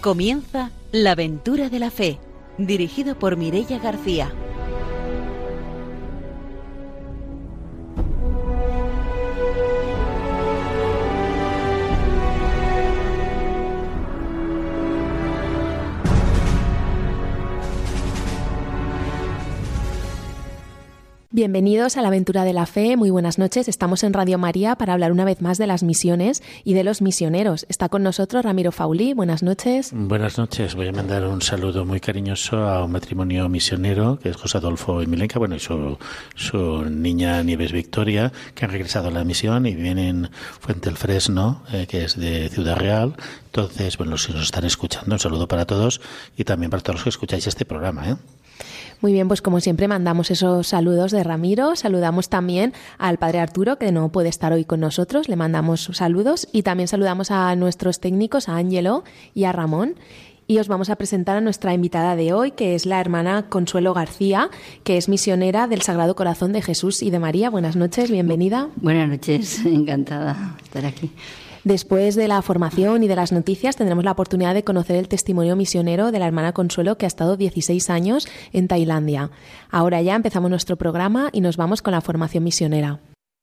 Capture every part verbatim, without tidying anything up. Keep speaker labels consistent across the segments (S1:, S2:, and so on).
S1: Comienza La Aventura de la Fe, dirigido por Mireia García.
S2: Bienvenidos a la Aventura de la Fe, muy buenas noches. Estamos en Radio María para hablar una vez más de las misiones y de los misioneros. Está con nosotros Ramiro Faulí, buenas noches.
S3: Buenas noches, voy a mandar un saludo muy cariñoso a un matrimonio misionero, que es José Adolfo y Milenka, bueno, y su, su niña Nieves Victoria, que han regresado a la misión y viven en Fuente el Fresno, eh, que es de Ciudad Real. Entonces, bueno, si nos están escuchando, un saludo para todos y también para todos los que escucháis este programa, ¿eh?
S2: Muy bien, pues como siempre mandamos esos saludos de Ramiro, saludamos también al Padre Arturo, que no puede estar hoy con nosotros, le mandamos saludos y también saludamos a nuestros técnicos, a Ángelo y a Ramón. Y os vamos a presentar a nuestra invitada de hoy, que es la hermana Consuelo García, que es misionera del Sagrado Corazón de Jesús y de María. Buenas noches, bienvenida.
S4: Buenas noches, encantada de estar aquí.
S2: Después de la formación y de las noticias tendremos la oportunidad de conocer el testimonio misionero de la hermana Consuelo, que ha estado dieciséis años en Tailandia. Ahora ya empezamos nuestro programa y nos vamos con la formación misionera.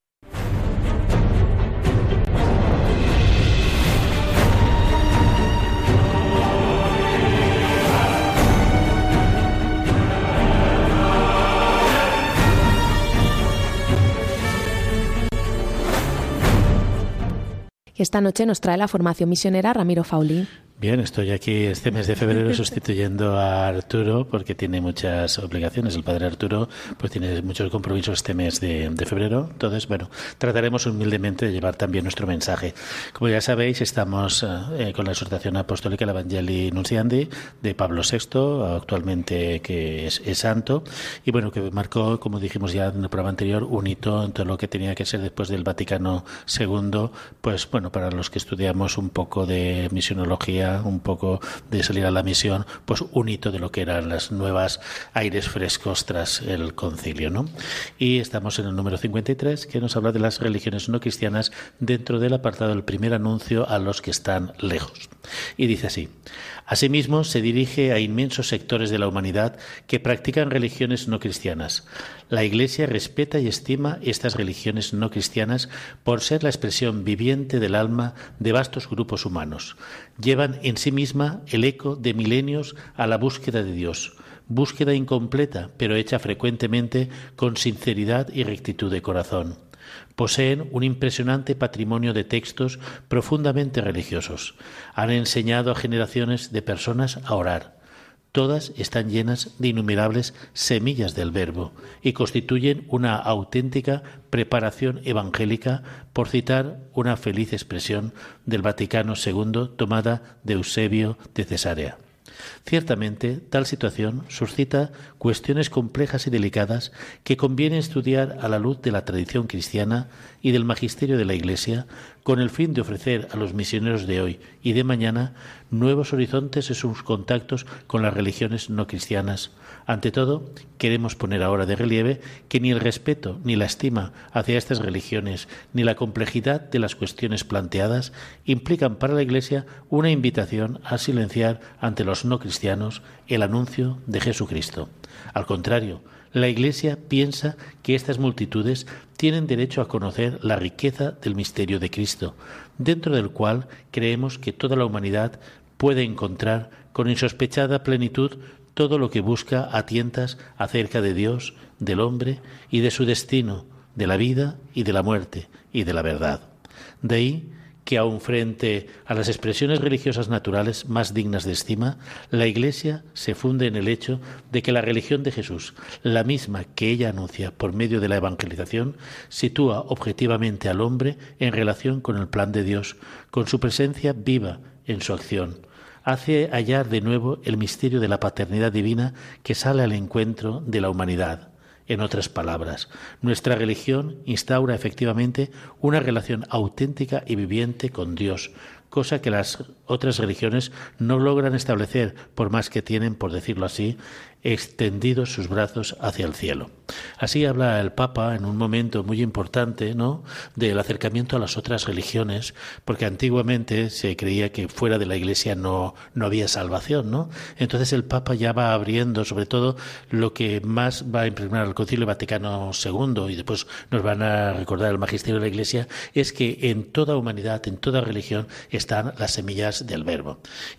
S2: Esta noche nos trae la formación misionera Ramiro Faulí.
S3: Bien, estoy aquí este mes de febrero sustituyendo a Arturo porque tiene muchas obligaciones. El padre Arturo pues tiene muchos compromisos este mes de, de febrero. Entonces, bueno, trataremos humildemente de llevar también nuestro mensaje. Como ya sabéis, estamos eh, con la exhortación apostólica, el Evangelii Nunciandi, de Pablo sexto, actualmente que es, es santo, y bueno, que marcó, como dijimos ya en el programa anterior, un hito en todo lo que tenía que ser después del Vaticano segundo, pues bueno, para los que estudiamos un poco de misionología, un poco de salir a la misión, pues un hito de lo que eran las nuevas aires frescos tras el concilio, ¿no? Y estamos en el número cincuenta y tres, que nos habla de las religiones no cristianas dentro del apartado del primer anuncio a los que están lejos. Y dice así: asimismo, se dirige a inmensos sectores de la humanidad que practican religiones no cristianas. La Iglesia respeta y estima estas religiones no cristianas por ser la expresión viviente del alma de vastos grupos humanos. Llevan en sí misma el eco de milenios a la búsqueda de Dios, búsqueda incompleta, pero hecha frecuentemente con sinceridad y rectitud de corazón. Poseen un impresionante patrimonio de textos profundamente religiosos. Han enseñado a generaciones de personas a orar. Todas están llenas de innumerables semillas del Verbo y constituyen una auténtica preparación evangélica, por citar una feliz expresión del Vaticano segundo tomada de Eusebio de Cesarea. Ciertamente, tal situación suscita cuestiones complejas y delicadas que conviene estudiar a la luz de la tradición cristiana y del magisterio de la Iglesia, con el fin de ofrecer a los misioneros de hoy y de mañana nuevos horizontes en sus contactos con las religiones no cristianas. Ante todo, queremos poner ahora de relieve que ni el respeto ni la estima hacia estas religiones, ni la complejidad de las cuestiones planteadas implican para la Iglesia una invitación a silenciar ante los no cristianos el anuncio de Jesucristo. Al contrario, la Iglesia piensa que estas multitudes tienen derecho a conocer la riqueza del misterio de Cristo, dentro del cual creemos que toda la humanidad puede encontrar con insospechada plenitud todo lo que busca a tientas acerca de Dios, del hombre y de su destino, de la vida y de la muerte y de la verdad. De ahí que aun frente a las expresiones religiosas naturales más dignas de estima, la Iglesia se funde en el hecho de que la religión de Jesús, la misma que ella anuncia por medio de la evangelización, sitúa objetivamente al hombre en relación con el plan de Dios, con su presencia viva en su acción. Hace hallar de nuevo el misterio de la paternidad divina que sale al encuentro de la humanidad. En otras palabras, nuestra religión instaura efectivamente una relación auténtica y viviente con Dios, cosa que las otras religiones no logran establecer, por más que tienen, por decirlo así, extendidos sus brazos hacia el cielo. Así habla el Papa en un momento muy importante, ¿no?, del acercamiento a las otras religiones, porque antiguamente se creía que fuera de la Iglesia no, no había salvación, ¿no? Entonces el Papa ya va abriendo, sobre todo, lo que más va a impregnar al Concilio Vaticano segundo, y después nos van a recordar el magisterio de la Iglesia, es que en toda humanidad, en toda religión, están las semillas del Verbo.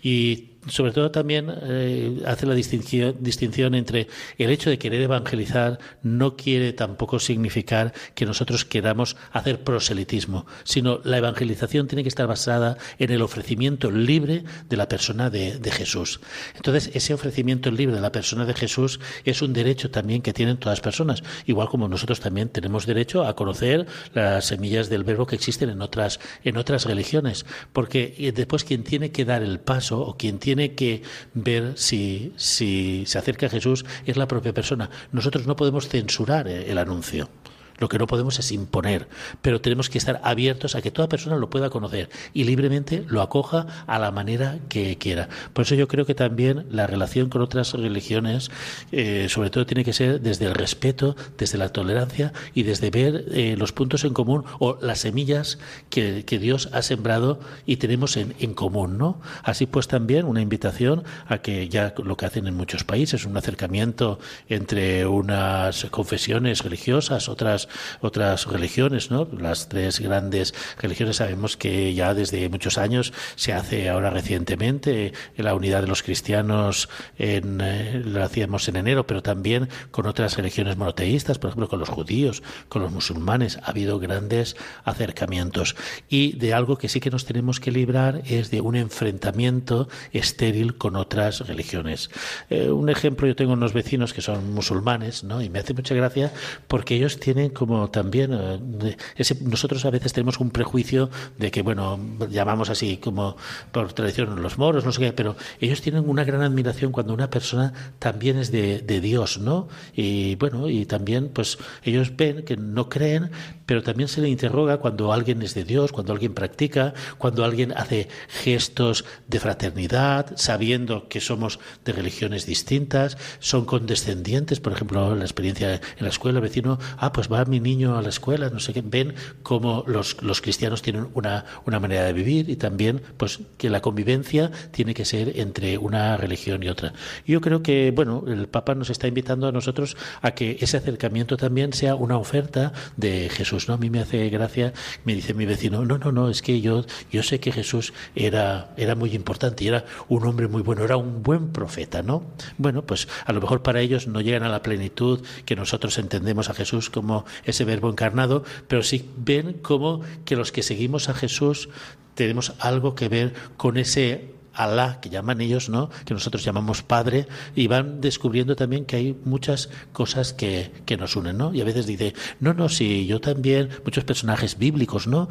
S3: Y sobre todo también eh, hace la distinción, distinción entre el hecho de querer evangelizar no quiere tampoco significar que nosotros queramos hacer proselitismo, sino la evangelización tiene que estar basada en el ofrecimiento libre de la persona de, de Jesús. Entonces, ese ofrecimiento libre de la persona de Jesús es un derecho también que tienen todas las personas, igual como nosotros también tenemos derecho a conocer las semillas del Verbo que existen en otras, en otras religiones, porque después quien tiene que dar el paso o quien tiene tiene que ver si, si se acerca a Jesús es la propia persona. Nosotros no podemos censurar el anuncio. Lo que no podemos es imponer, pero tenemos que estar abiertos a que toda persona lo pueda conocer y libremente lo acoja a la manera que quiera. Por eso yo creo que también la relación con otras religiones, eh, sobre todo, tiene que ser desde el respeto, desde la tolerancia y desde ver eh, los puntos en común o las semillas que, que Dios ha sembrado y tenemos en, en común, ¿no? Así pues también una invitación a que ya lo que hacen en muchos países, un acercamiento entre unas confesiones religiosas, otras otras religiones, ¿no? Las tres grandes religiones sabemos que ya desde muchos años se hace ahora recientemente la unidad de los cristianos en, eh, lo hacíamos en enero, pero también con otras religiones monoteístas, por ejemplo con los judíos, con los musulmanes, ha habido grandes acercamientos. Y de algo que sí que nos tenemos que librar es de un enfrentamiento estéril con otras religiones. Eh, un ejemplo, yo tengo unos vecinos que son musulmanes, ¿no? Y me hace mucha gracia porque ellos tienen como también eh, ese, nosotros a veces tenemos un prejuicio de que, bueno, llamamos así como por tradición los moros, no sé qué, pero ellos tienen una gran admiración cuando una persona también es de, de Dios, ¿no? Y bueno, y también pues ellos ven que no creen, pero también se le interroga cuando alguien es de Dios, cuando alguien practica, cuando alguien hace gestos de fraternidad, sabiendo que somos de religiones distintas, son condescendientes. Por ejemplo, la experiencia en la escuela, el vecino, ah, pues va mi niño a la escuela, no sé qué, ven cómo los, los cristianos tienen una, una manera de vivir y también pues que la convivencia tiene que ser entre una religión y otra. Yo creo que, bueno, el Papa nos está invitando a nosotros a que ese acercamiento también sea una oferta de Jesús, ¿no? A mí me hace gracia, me dice mi vecino, no, no, no, es que yo, yo sé que Jesús era, era muy importante y era un hombre muy bueno, era un buen profeta, ¿no? Bueno, pues a lo mejor para ellos no llegan a la plenitud que nosotros entendemos a Jesús como ese Verbo encarnado, pero sí ven como que los que seguimos a Jesús tenemos algo que ver con ese Alá, que llaman ellos, ¿no?, que nosotros llamamos Padre, y van descubriendo también que hay muchas cosas que, que nos unen, ¿no? Y a veces dice, no, no, sí, yo también, muchos personajes bíblicos, ¿no?,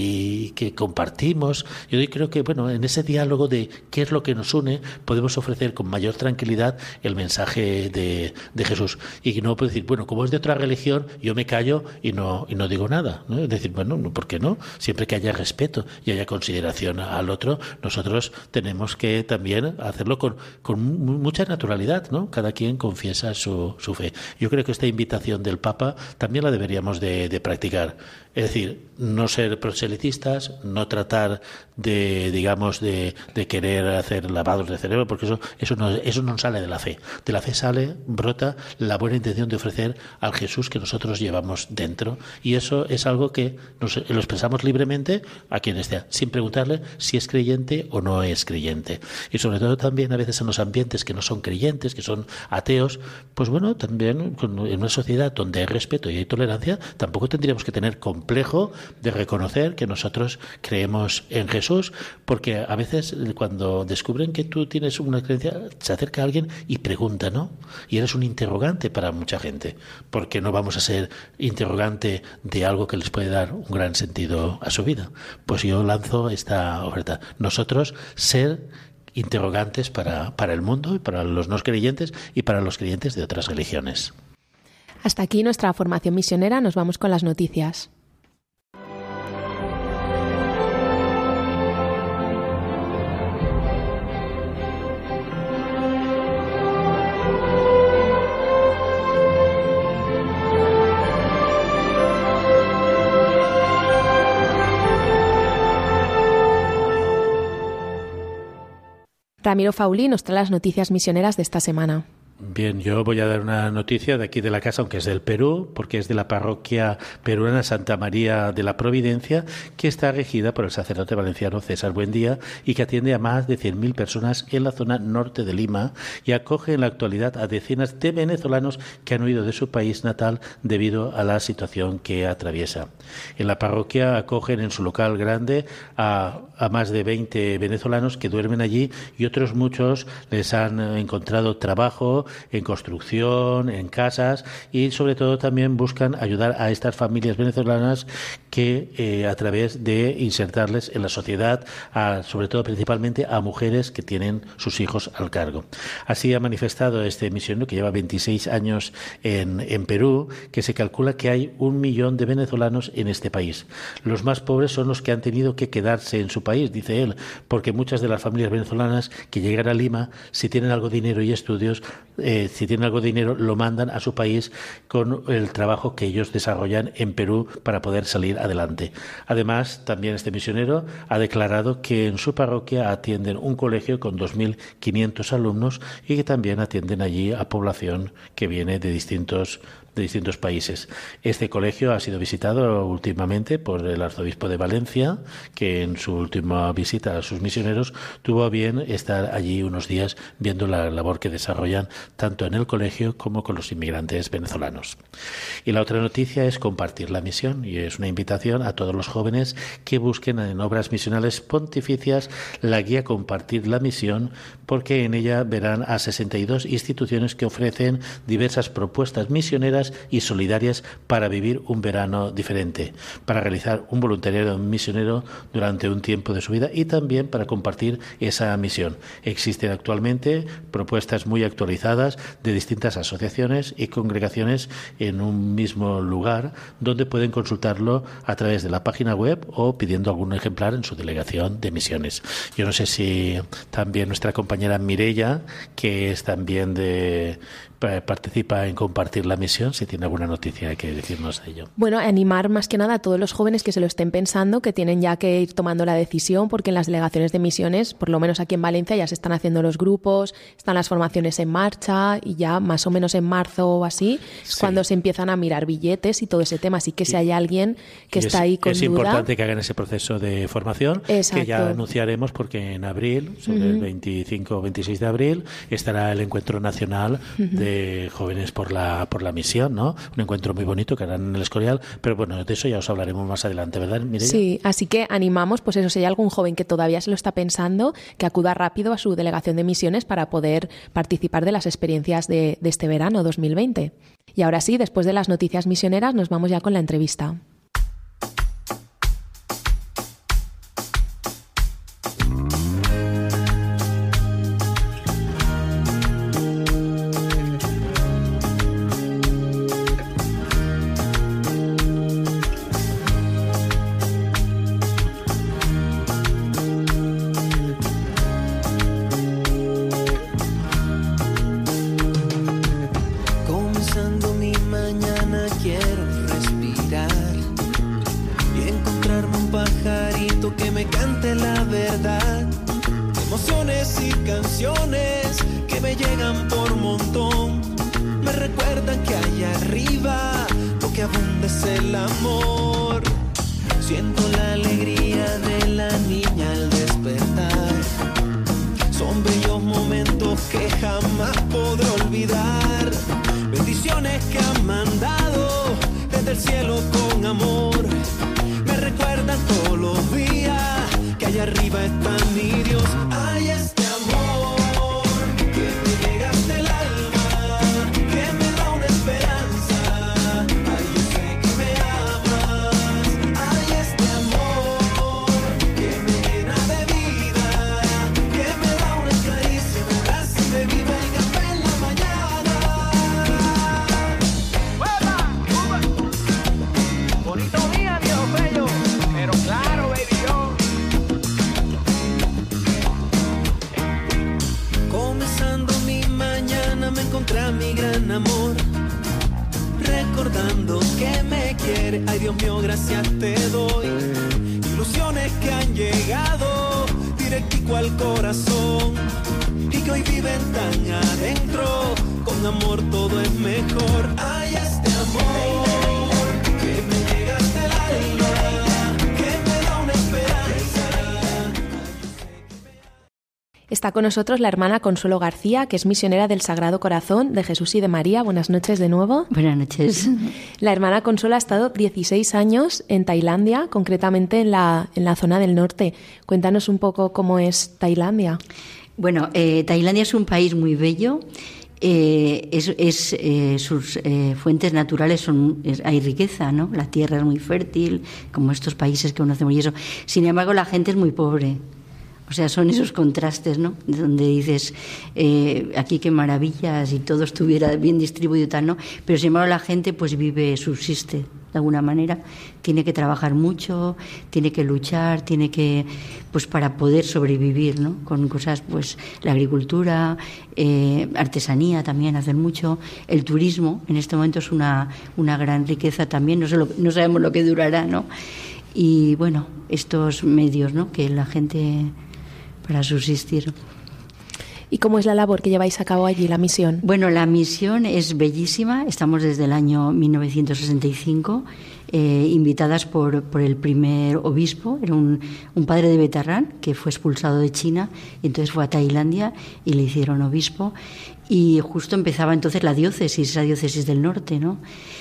S3: y que compartimos. Yo creo que, bueno, en ese diálogo de qué es lo que nos une, podemos ofrecer con mayor tranquilidad el mensaje de, de Jesús. Y no puedo decir, bueno, como es de otra religión, yo me callo y no, y no digo nada, ¿no? Es decir, bueno, ¿por qué no? Siempre que haya respeto y haya consideración al otro, nosotros tenemos Tenemos que también hacerlo con, con mucha naturalidad, ¿no? Cada quien confiesa su, su fe. Yo creo que esta invitación del Papa también la deberíamos de, de practicar. Es decir, no ser proselitistas, no tratar de, digamos, de, de querer hacer lavados de cerebro, porque eso, eso, no, eso no sale de la fe. De la fe sale, brota la buena intención de ofrecer al Jesús que nosotros llevamos dentro. Y eso es algo que nos, lo expresamos libremente a quien esté, sin preguntarle si es creyente o no es creyente. Y sobre todo también a veces en los ambientes que no son creyentes, que son ateos, pues bueno, también en una sociedad donde hay respeto y hay tolerancia, tampoco tendríamos que tener complejo de reconocer que nosotros creemos en Jesús, porque a veces cuando descubren que tú tienes una creencia, se acerca a alguien y pregunta, ¿no? Y eres un interrogante para mucha gente, porque no vamos a ser interrogante de algo que les puede dar un gran sentido a su vida. Pues yo lanzo esta oferta. Nosotros ser interrogantes para, para el mundo y para los no creyentes y para los creyentes de otras religiones.
S2: Hasta aquí nuestra formación misionera. Nos vamos con las noticias. Ramiro Fauli nos trae las noticias misioneras de esta semana.
S3: Bien, yo voy a dar una noticia de aquí de la casa, aunque es del Perú, porque es de la parroquia peruana Santa María de la Providencia, que está regida por el sacerdote valenciano César Buendía y que atiende a más de cien mil personas en la zona norte de Lima y acoge en la actualidad a decenas de venezolanos que han huido de su país natal debido a la situación que atraviesa. En la parroquia acogen en su local grande a, a más de veinte venezolanos que duermen allí y otros muchos les han encontrado trabajo en construcción, en casas y sobre todo también buscan ayudar a estas familias venezolanas que eh, a través de insertarles en la sociedad, a, sobre todo principalmente a mujeres que tienen sus hijos al cargo. Así ha manifestado este misionero que lleva veintiséis años en, en Perú, que se calcula que hay un millón de venezolanos en este país. Los más pobres son los que han tenido que quedarse en su país, dice él, porque muchas de las familias venezolanas que llegan a Lima, si tienen algo de dinero y estudios, Eh, si tienen algo de dinero, lo mandan a su país con el trabajo que ellos desarrollan en Perú para poder salir adelante. Además, también este misionero ha declarado que en su parroquia atienden un colegio con dos mil quinientos alumnos y que también atienden allí a población que viene de distintos de distintos países. Este colegio ha sido visitado últimamente por el arzobispo de Valencia, que en su última visita a sus misioneros tuvo a bien estar allí unos días viendo la labor que desarrollan tanto en el colegio como con los inmigrantes venezolanos. Y la otra noticia es compartir la misión, y es una invitación a todos los jóvenes que busquen en obras misionales pontificias la guía Compartir la Misión, porque en ella verán a sesenta y dos instituciones que ofrecen diversas propuestas misioneras y solidarias para vivir un verano diferente, para realizar un voluntariado misionero durante un tiempo de su vida y también para compartir esa misión. Existen actualmente propuestas muy actualizadas de distintas asociaciones y congregaciones en un mismo lugar, donde pueden consultarlo a través de la página web o pidiendo algún ejemplar en su delegación de misiones. Yo no sé si también nuestra compañera Mireia, que es también de participa en Compartir la Misión, si tiene alguna noticia que decirnos de ello.
S2: Bueno, animar más que nada a todos los jóvenes que se lo estén pensando, que tienen ya que ir tomando la decisión, porque en las delegaciones de misiones, por lo menos aquí en Valencia, ya se están haciendo los grupos, están las formaciones en marcha y ya más o menos en marzo o así es sí. cuando se empiezan a mirar billetes y todo ese tema. Así que si hay alguien que y está es, ahí con
S3: es
S2: duda...
S3: Es importante que hagan ese proceso de formación, Exacto. que ya anunciaremos porque en abril, sobre uh-huh. el veinticinco o veintiséis de abril, estará el Encuentro Nacional uh-huh. de Jóvenes por la por la Misión, ¿no? Un encuentro muy bonito que harán en el Escorial, pero bueno, de eso ya os hablaremos más adelante, ¿verdad, Mireia?
S2: Sí, así que animamos, pues eso, si hay algún joven que todavía se lo está pensando, que acuda rápido a su delegación de misiones para poder participar de las experiencias de, de este verano dos mil veinte. Y ahora sí, después de las noticias misioneras, nos vamos ya con la entrevista.
S5: Ilusiones que han llegado directico al corazón. hoy viven tan adentro. Con amor todo es mejor. Ay, este amor que me llega hasta el alma, que me da una esperanza.
S2: Está con nosotros la hermana Consuelo García, que es misionera del Sagrado Corazón de Jesús y de María. Buenas noches de nuevo.
S4: Buenas noches.
S2: La hermana Consuelo ha estado dieciséis años en Tailandia, concretamente en la, en la zona del norte. Cuéntanos un poco cómo es Tailandia.
S4: Bueno, eh, Tailandia es un país muy bello. Eh, es, es, eh, sus eh, fuentes naturales son, es, hay riqueza, ¿no? La tierra es muy fértil, como estos países que conocemos y eso. Sin embargo, la gente es muy pobre. O sea, son esos contrastes, ¿no? Donde dices, eh, aquí qué maravillas y todo estuviera bien distribuido y tal, ¿no? Pero sin embargo la gente pues vive, subsiste de alguna manera. Tiene que trabajar mucho, tiene que luchar, tiene que, pues para poder sobrevivir, ¿no? Con cosas, pues la agricultura, eh, artesanía también hacen mucho. El turismo en este momento es una, una gran riqueza también, no, sé lo, no sabemos lo que durará, ¿no? Y bueno, estos medios, ¿no? Que la gente... para subsistir.
S2: ¿Y cómo es la labor que lleváis a cabo allí, la misión?
S4: Bueno, la misión es bellísima. Estamos desde el año mil novecientos sesenta y cinco, eh, invitadas por, por el primer obispo. Era un, un padre de Betarrán que fue expulsado de China y entonces fue a Tailandia y le hicieron obispo. Y justo empezaba entonces la diócesis, esa diócesis del norte, ¿no?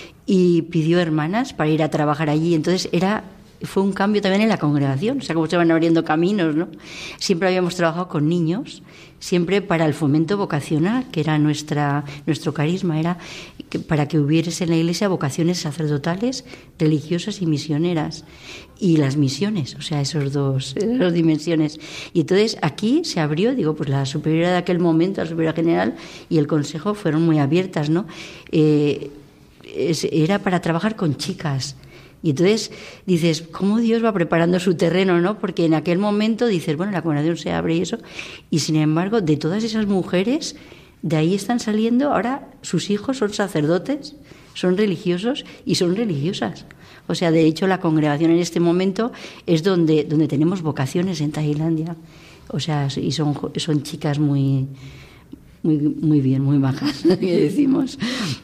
S4: Y pidió hermanas para ir a trabajar allí. Entonces era... fue un cambio también en la congregación, o sea, como se van abriendo caminos, ¿no? Siempre habíamos trabajado con niños, siempre para el fomento vocacional, que era nuestra nuestro carisma, era que para que hubiese en la Iglesia vocaciones sacerdotales, religiosas y misioneras, y las misiones, o sea, esos dos, esas dos dimensiones. Y entonces aquí se abrió, digo, pues la superiora de aquel momento, la superiora general y el consejo fueron muy abiertas, ¿no? Eh, es, era para trabajar con chicas. Y entonces dices, ¿cómo Dios va preparando su terreno, no? Porque en aquel momento dices, bueno, la congregación se abre y eso, y sin embargo, de todas esas mujeres, de ahí están saliendo, ahora sus hijos son sacerdotes, son religiosos y son religiosas. O sea, de hecho, la congregación en este momento es donde, donde tenemos vocaciones en Tailandia. O sea, y son, son chicas muy... Muy, muy bien, muy bajas, que decimos.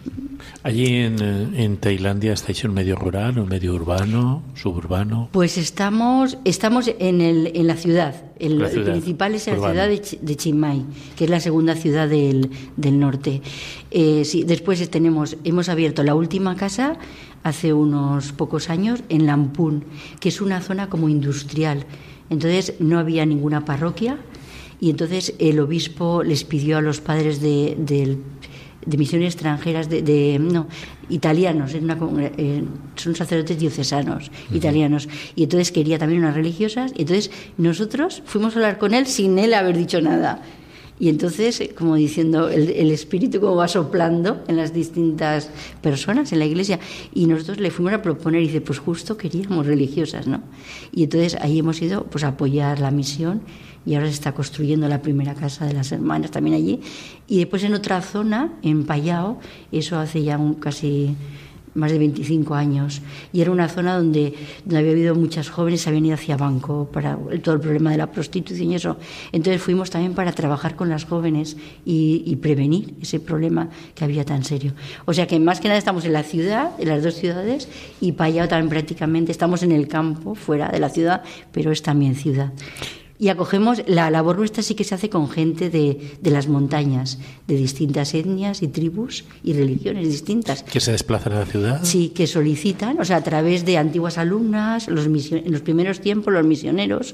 S3: Allí en, en Tailandia, ¿estáis en medio rural, o medio urbano, suburbano?
S4: Pues estamos estamos en, el, en la ciudad. El,
S3: la ciudad
S4: el principal es
S3: urbana.
S4: la ciudad de, de Chiang Mai, que es la segunda ciudad del, del norte. Eh, sí, después tenemos hemos abierto la última casa hace unos pocos años en Lamphun, que es una zona como industrial. Entonces no había ninguna parroquia. Y entonces el obispo les pidió a los padres de, de, de misiones extranjeras, de, de no, italianos, en una, eh, son sacerdotes diocesanos, uh-huh. italianos, y entonces quería también unas religiosas, y entonces nosotros fuimos a hablar con él sin él haber dicho nada. Y entonces, como diciendo, el, el espíritu como va soplando en las distintas personas en la iglesia, y nosotros le fuimos a proponer, y dice, pues justo queríamos religiosas, ¿no? Y entonces ahí hemos ido pues a apoyar la misión, y ahora se está construyendo la primera casa de las hermanas también allí. Y después en otra zona, en Payao, eso hace ya un, casi más de veinticinco años, y era una zona donde, donde había habido muchas jóvenes que habían ido hacia Bangkok para el, todo el problema de la prostitución y eso. Entonces fuimos también para trabajar con las jóvenes y, y prevenir ese problema que había tan serio. O sea que más que nada estamos en la ciudad, en las dos ciudades, y Payao también prácticamente estamos en el campo, fuera de la ciudad, pero es también ciudad. Y acogemos, la labor nuestra sí que se hace con gente de, de las montañas, de distintas etnias y tribus y religiones distintas.
S3: ¿Que se desplazan a la ciudad?
S4: Sí, que solicitan, o sea, a través de antiguas alumnas, los mision- en los primeros tiempos los misioneros,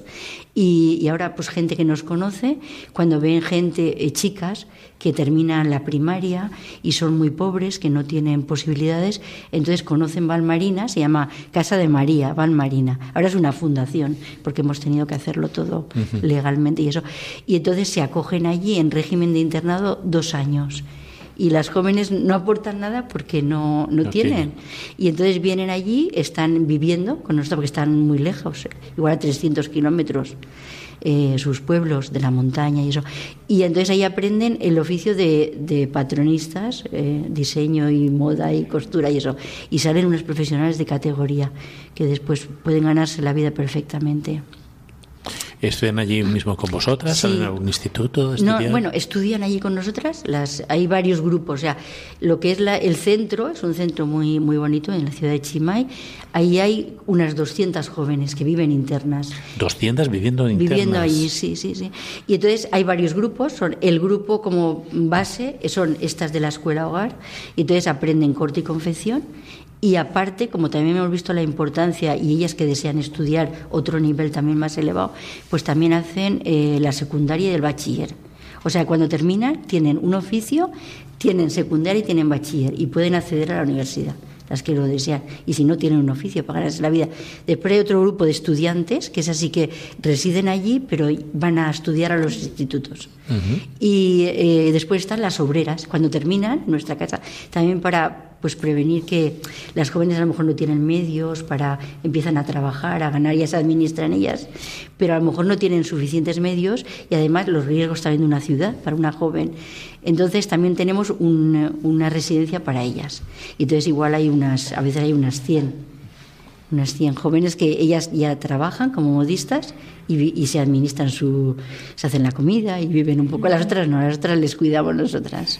S4: y, y ahora pues gente que nos conoce, cuando ven gente, eh, chicas, que terminan la primaria y son muy pobres, que no tienen posibilidades, entonces conocen Valmarina, se llama Casa de María, Valmarina. Ahora es una fundación, porque hemos tenido que hacerlo todo uh-huh. legalmente y eso. Y entonces se acogen allí en régimen de internado dos años. Y las jóvenes no aportan nada porque no, no, no tienen. tienen. Y entonces vienen allí, están viviendo con nosotros porque están muy lejos, igual a trescientos kilómetros. Eh, sus pueblos de la montaña y eso, y entonces ahí aprenden el oficio de, de patronistas, eh, diseño y moda y costura y eso, y salen unos profesionales de categoría que después pueden ganarse la vida perfectamente.
S3: ¿Estudian allí mismo con vosotras?
S4: Sí.
S3: ¿En algún instituto?
S4: No, bueno, estudian allí con nosotras. Las, hay varios grupos. O sea, lo que es la, el centro, es un centro muy, muy bonito en la ciudad de Chimay. Ahí hay unas doscientas jóvenes que viven internas.
S3: ¿doscientas viviendo internas?
S4: Viviendo allí, sí, sí, sí. Y entonces hay varios grupos. Son el grupo como base, son estas de la escuela hogar. Y entonces aprenden corte y confección. Y aparte, como también hemos visto la importancia, y ellas que desean estudiar otro nivel también más elevado, pues también hacen eh, la secundaria y el bachiller. O sea, cuando terminan, tienen un oficio, tienen secundaria y tienen bachiller, y pueden acceder a la universidad, las que lo desean. Y si no, tienen un oficio para ganarse la vida. Después hay otro grupo de estudiantes, que es así que residen allí, pero van a estudiar a los institutos. Uh-huh. Y eh, después están las obreras, cuando terminan, en nuestra casa, también para... pues prevenir que las jóvenes a lo mejor no tienen medios para, empiezan a trabajar, a ganar, ya se administran ellas, pero a lo mejor no tienen suficientes medios y además los riesgos también de una ciudad para una joven. Entonces también tenemos un, una residencia para ellas. Y entonces igual hay unas, a veces hay unas cien, unas cien jóvenes que ellas ya trabajan como modistas y, y se administran su, se hacen la comida y viven un poco. Las otras no, las otras les cuidamos nosotras.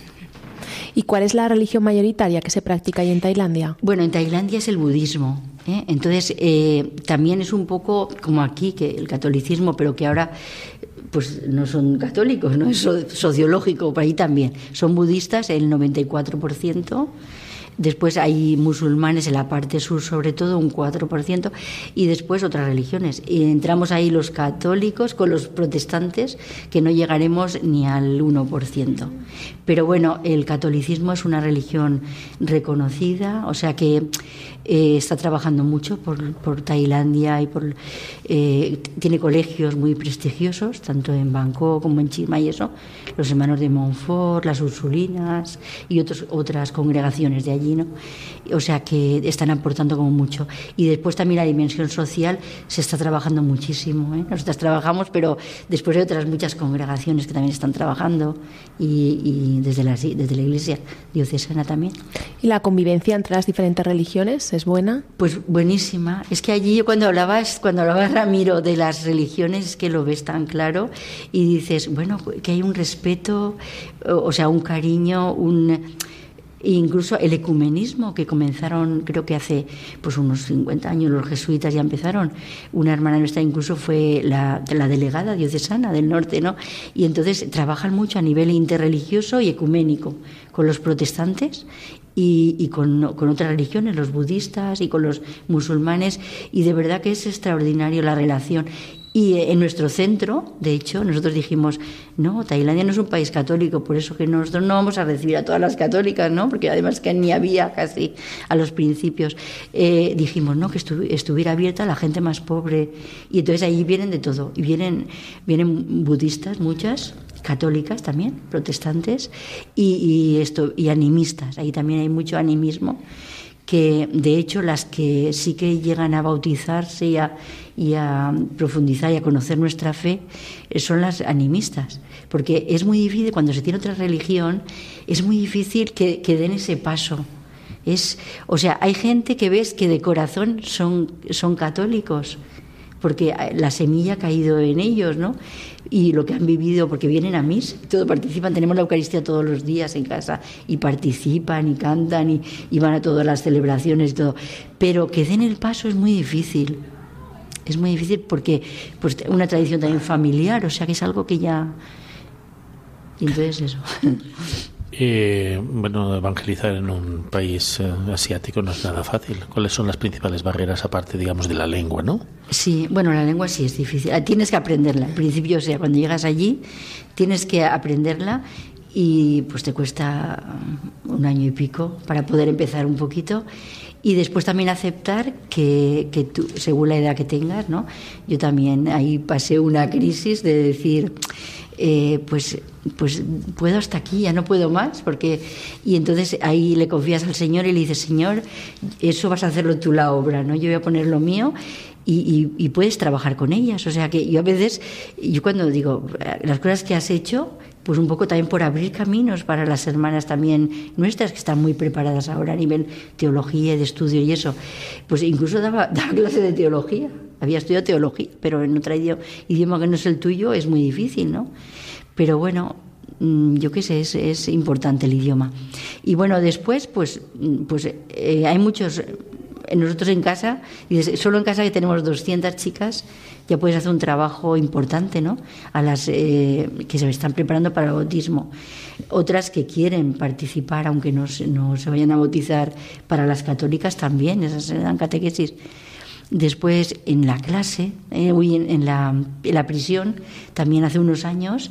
S2: ¿Y cuál es la religión mayoritaria que se practica ahí en Tailandia?
S4: Bueno, en Tailandia es el budismo, ¿eh? Entonces eh, también es un poco como aquí, que el catolicismo, pero que ahora pues no son católicos, no es so- sociológico, por ahí también. Son budistas el noventa y cuatro por ciento. Después hay musulmanes en la parte sur, sobre todo, un cuatro por ciento, y después otras religiones. Y entramos ahí los católicos con los protestantes, que no llegaremos ni al uno por ciento. Pero bueno, el catolicismo es una religión reconocida, o sea que eh, está trabajando mucho por, por Tailandia y por eh, tiene colegios muy prestigiosos, tanto en Bangkok como en Chiang y eso, los hermanos de Montfort, las Ursulinas y otros, otras congregaciones de allí. ¿No? O sea que están aportando como mucho. Y después también la dimensión social se está trabajando muchísimo, ¿eh? Nosotras trabajamos, pero después hay otras muchas congregaciones que también están trabajando y, y desde, la, desde la iglesia diocesana también.
S2: ¿Y la convivencia entre las diferentes religiones es buena?
S4: Pues buenísima. Es que allí cuando hablabas, cuando hablabas, Ramiro, de las religiones, es que lo ves tan claro y dices, bueno, que hay un respeto, o sea, un cariño, un... incluso el ecumenismo que comenzaron, creo que hace pues unos cincuenta años los jesuitas ya empezaron. Una hermana nuestra incluso fue la, la delegada diocesana del norte, ¿no? Y entonces trabajan mucho a nivel interreligioso y ecuménico con los protestantes y, y con, con otras religiones, los budistas y con los musulmanes, y de verdad que es extraordinario la relación. Y en nuestro centro, de hecho, nosotros dijimos, no, Tailandia no es un país católico, por eso que nosotros no vamos a recibir a todas las católicas, ¿no? Porque además que ni había casi a los principios. Eh, dijimos, no, que estu- estuviera abierta a la gente más pobre. Y entonces allí vienen de todo. Y vienen, vienen budistas, muchas, católicas también, protestantes, y, y, esto, y animistas. Ahí también hay mucho animismo, que de hecho las que sí que llegan a bautizarse y a, y a profundizar y a conocer nuestra fe son las animistas, porque es muy difícil, cuando se tiene otra religión, es muy difícil que, que den ese paso. Es, o sea, hay gente que ves que de corazón son, son católicos, porque la semilla ha caído en ellos, ¿no? Y lo que han vivido, porque vienen a misa, todo participan, tenemos la Eucaristía todos los días en casa, y participan y cantan y, y van a todas las celebraciones y todo. Pero que den el paso es muy difícil. Es muy difícil porque pues una tradición también familiar, o sea que es algo que ya... Y entonces eso...
S3: Eh, bueno, evangelizar en un país eh, asiático no es nada fácil. ¿Cuáles son las principales barreras aparte, digamos, de la lengua, no?
S4: Sí, bueno, la lengua sí es difícil. Tienes que aprenderla. Al principio, o sea, cuando llegas allí, tienes que aprenderla y pues te cuesta un año y pico para poder empezar un poquito. Y después también aceptar que, que tú, según la edad que tengas, ¿no? Yo también ahí pasé una crisis de decir... Eh, pues pues puedo hasta aquí, ya no puedo más, porque y entonces ahí le confías al Señor y le dices, Señor, eso vas a hacerlo tú la obra, ¿no? Yo voy a poner lo mío y, y, y puedes trabajar con ellas. O sea que yo a veces, yo cuando digo las cosas que has hecho, pues un poco también por abrir caminos para las hermanas también nuestras que están muy preparadas ahora a nivel teología y de estudio y eso, pues incluso daba, daba clase de teología había estudiado teología, pero en otro idioma, idioma que no es el tuyo es muy difícil, ¿no? Pero bueno, yo qué sé, es, es importante el idioma. Y bueno, después, pues, pues eh, hay muchos... Nosotros en casa, y solo en casa que tenemos doscientas chicas, ya puedes hacer un trabajo importante, ¿no? A las eh, que se están preparando para el bautismo. Otras que quieren participar, aunque no, no se vayan a bautizar, para las católicas también, esas se dan catequesis. Después, en la clase, eh, en, en, la, en la prisión, también hace unos años...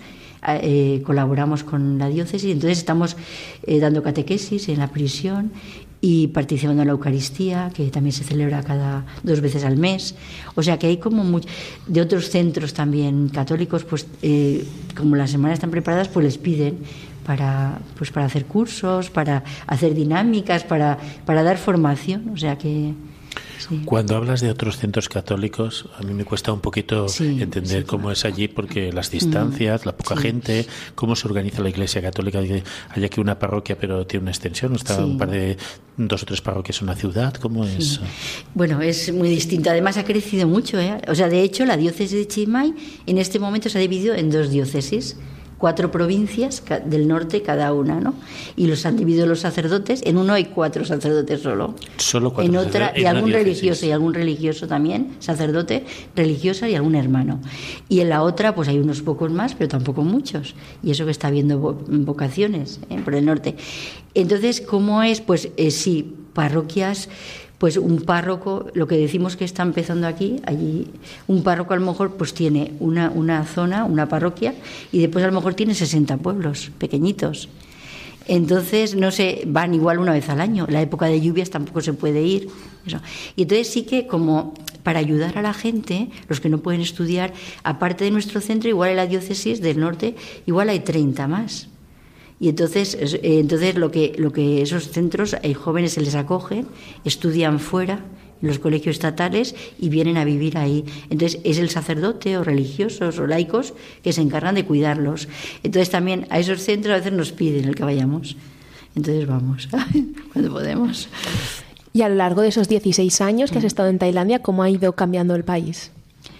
S4: Eh, colaboramos con la diócesis, entonces estamos eh, dando catequesis en la prisión y participando en la Eucaristía, que también se celebra cada dos veces al mes. O sea que hay como mucho, de otros centros también católicos, pues eh, como las semanas están preparadas, pues les piden para, pues para hacer cursos, para hacer dinámicas, para, para dar formación. O sea que... Sí.
S3: Cuando hablas de otros centros católicos, a mí me cuesta un poquito sí, entender sí, cómo claro. es allí, porque las distancias, la poca sí. gente, cómo se organiza la Iglesia Católica. Hay aquí una parroquia, pero tiene una extensión, está sí. un par de dos o tres parroquias en una ciudad. ¿Cómo sí. es?
S4: Bueno, es muy distinto. Además, ha crecido mucho, ¿eh? O sea, de hecho, la diócesis de Chiang Mai en este momento se ha dividido en dos diócesis. Cuatro provincias del norte cada una, ¿no? Y los han dividido los sacerdotes. En uno hay cuatro sacerdotes solo.
S3: Solo cuatro.
S4: En otra, y algún religioso, y algún religioso también, sacerdote, religiosa y algún hermano. Y en la otra, pues hay unos pocos más, pero tampoco muchos. Y eso que está habiendo vocaciones ¿eh? por el norte. Entonces, ¿cómo es? Pues eh, sí, parroquias... Pues un párroco, lo que decimos que está empezando aquí, allí un párroco a lo mejor pues tiene una, una zona, una parroquia, y después a lo mejor tiene sesenta pueblos pequeñitos. Entonces, no sé, van igual una vez al año. La época de lluvias tampoco se puede ir. Eso. Y entonces sí que como para ayudar a la gente, los que no pueden estudiar, aparte de nuestro centro, igual en la diócesis del norte, igual hay treinta más. Y entonces, entonces lo que, lo que esos centros, hay jóvenes se les acogen, estudian fuera, en los colegios estatales, y vienen a vivir ahí. Entonces es el sacerdote o religiosos o laicos que se encargan de cuidarlos. Entonces también a esos centros a veces nos piden el que vayamos. Entonces vamos, cuando podemos.
S2: Y a lo largo de esos dieciséis años que has estado en Tailandia, ¿cómo ha ido cambiando el país?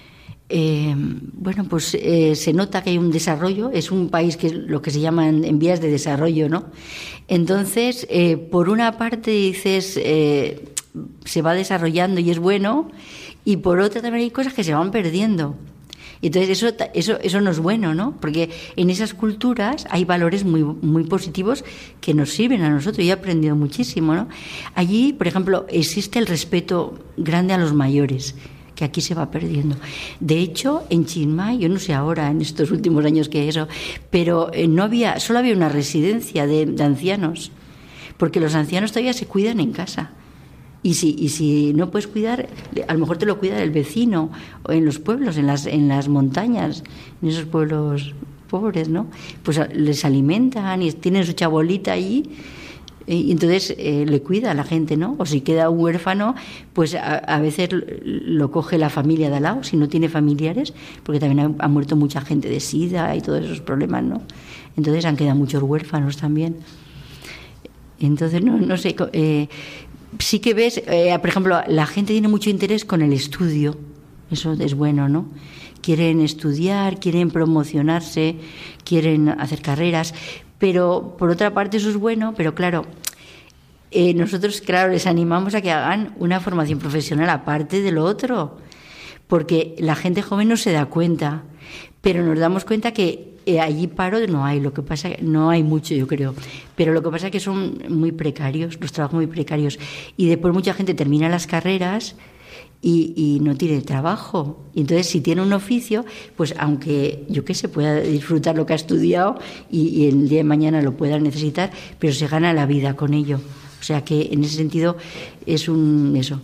S4: Eh, bueno, pues eh, se nota que hay un desarrollo, es un país que es lo que se llama en, en vías de desarrollo, ¿no? Entonces, eh, por una parte dices, eh, se va desarrollando y es bueno, y por otra también hay cosas que se van perdiendo. Entonces eso, eso, eso no es bueno, ¿no? Porque en esas culturas hay valores muy, muy positivos que nos sirven a nosotros. Yo he aprendido muchísimo, ¿no? Allí, por ejemplo, existe el respeto grande a los mayores, que aquí se va perdiendo. De hecho, en Chiang Mai, yo no sé ahora, en estos últimos años qué es eso, pero no había, solo había una residencia de, de ancianos, porque los ancianos todavía se cuidan en casa. Y si, y si no puedes cuidar, a lo mejor te lo cuida el vecino, o en los pueblos, en las, en las montañas, en esos pueblos pobres, ¿no? Pues les alimentan y tienen su chabolita allí. Y entonces eh, le cuida a la gente, ¿no? O si queda un huérfano, pues a, a veces lo coge la familia de al lado, si no tiene familiares, porque también ha, ha muerto mucha gente de sida y todos esos problemas, ¿no? Entonces han quedado muchos huérfanos también. Entonces, no, no sé, eh, sí que ves, eh, por ejemplo, la gente tiene mucho interés con el estudio, eso es bueno, ¿no? Quieren estudiar, quieren promocionarse, quieren hacer carreras. Pero, por otra parte, eso es bueno, pero claro, eh, nosotros, claro, les animamos a que hagan una formación profesional aparte de lo otro, porque la gente joven no se da cuenta, pero nos damos cuenta que eh, allí paro no hay, lo que pasa, no hay mucho, yo creo, pero lo que pasa es que son muy precarios, los trabajos muy precarios, y después mucha gente termina las carreras Y, y no tiene trabajo. Y entonces, si tiene un oficio, pues aunque, yo qué sé, pueda disfrutar lo que ha estudiado y, y el día de mañana lo pueda necesitar, pero se gana la vida con ello. O sea que en ese sentido es un eso.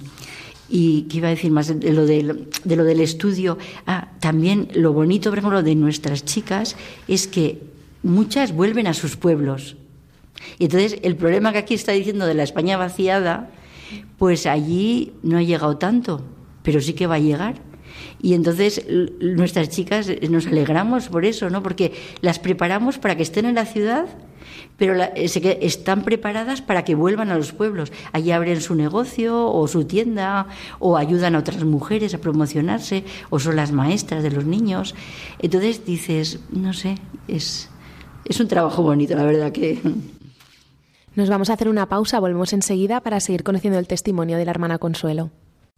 S4: Y qué iba a decir más de lo del, de lo del estudio. Ah, también lo bonito, por ejemplo, de nuestras chicas es que muchas vuelven a sus pueblos. Y entonces el problema que aquí está diciendo de la España vaciada, pues allí no ha llegado tanto, pero sí que va a llegar. Y entonces nuestras chicas nos alegramos por eso, ¿no? Porque las preparamos para que estén en la ciudad, pero la, se, están preparadas para que vuelvan a los pueblos. Allí abren su negocio o su tienda, o ayudan a otras mujeres a promocionarse, o son las maestras de los niños. Entonces dices, no sé, es, es un trabajo bonito, la verdad que...
S2: Nos vamos a hacer una pausa, volvemos enseguida para seguir conociendo el testimonio de la hermana Consuelo.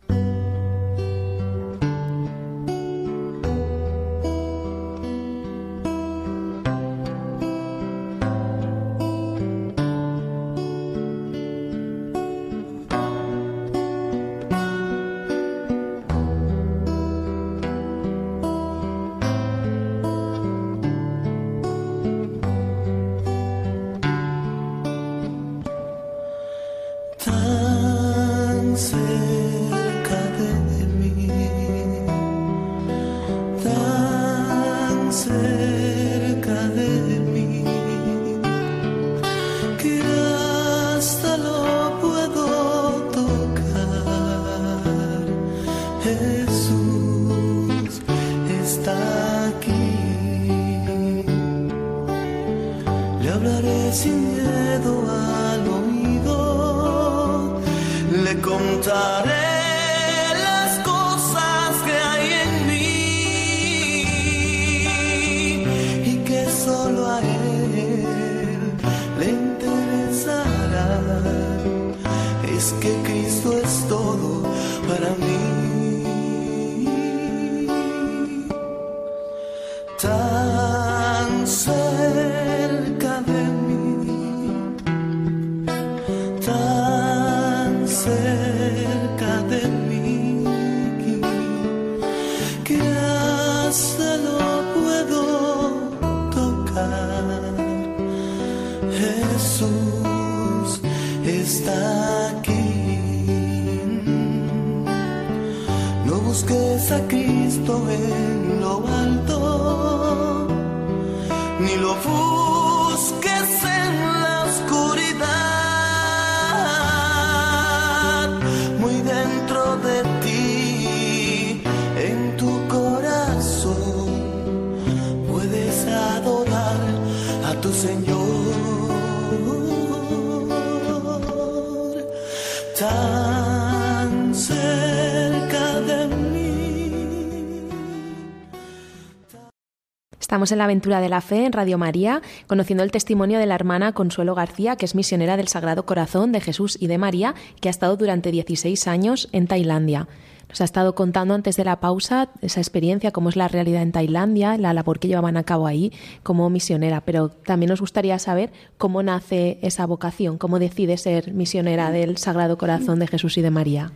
S2: Estamos en la aventura de la fe en Radio María, conociendo el testimonio de la hermana Consuelo García, que es misionera del Sagrado Corazón de Jesús y de María, que ha estado durante dieciséis años en Tailandia. Nos ha estado contando antes de la pausa esa experiencia, cómo es la realidad en Tailandia, la labor que llevaban a cabo ahí como misionera, pero también nos gustaría saber cómo nace esa vocación, cómo decide ser misionera del Sagrado Corazón de Jesús y de María.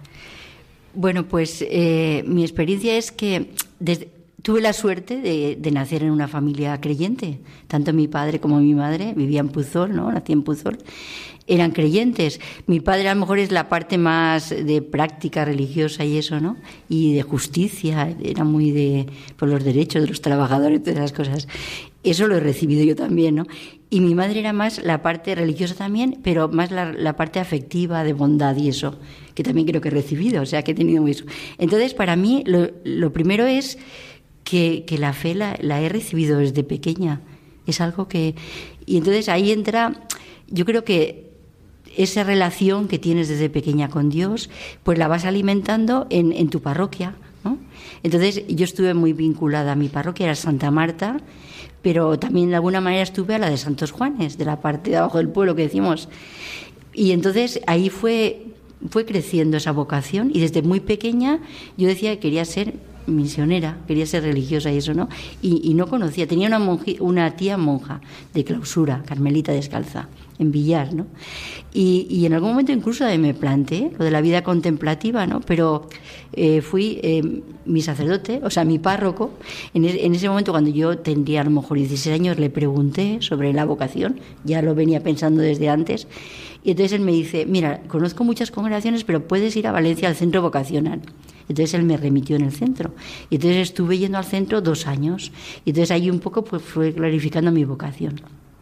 S4: Bueno, pues eh, mi experiencia es que desde tuve la suerte de, de nacer en una familia creyente. Tanto mi padre como mi madre vivían en Puzol, ¿no? Nací en Puzol. Eran creyentes. Mi padre a lo mejor es la parte más de práctica religiosa y eso, ¿no? Y de justicia. Era muy de por los derechos de los trabajadores y todas esas cosas. Eso lo he recibido yo también, ¿no? Y mi madre era más la parte religiosa también, pero más la, la parte afectiva, de bondad y eso, que también creo que he recibido, o sea, que he tenido eso. Entonces, para mí, lo, lo primero es Que, que la fe la, la he recibido desde pequeña. Es algo que... Y entonces ahí entra, yo creo que esa relación que tienes desde pequeña con Dios, pues la vas alimentando en, en tu parroquia, ¿no? Entonces yo estuve muy vinculada a mi parroquia, era Santa Marta, pero también de alguna manera estuve a la de Santos Juanes, de la parte de abajo del pueblo que decimos. Y entonces ahí fue, fue creciendo esa vocación, y desde muy pequeña yo decía que quería ser misionera, quería ser religiosa y eso, ¿no? Y, y no conocía, tenía una, monji, una tía monja de clausura, carmelita descalza, en Villar, ¿no? Y, y en algún momento incluso me planteé lo de la vida contemplativa, ¿no? Pero eh, fui eh, mi sacerdote, o sea, mi párroco, en, es, en ese momento cuando yo tendría a lo mejor dieciséis años, le pregunté sobre la vocación, ya lo venía pensando desde antes, y entonces él me dice, mira, conozco muchas congregaciones, pero puedes ir a Valencia al centro vocacional. Entonces él me remitió en el centro. Y entonces estuve yendo al centro dos años. Y entonces ahí un poco pues fue clarificando mi vocación.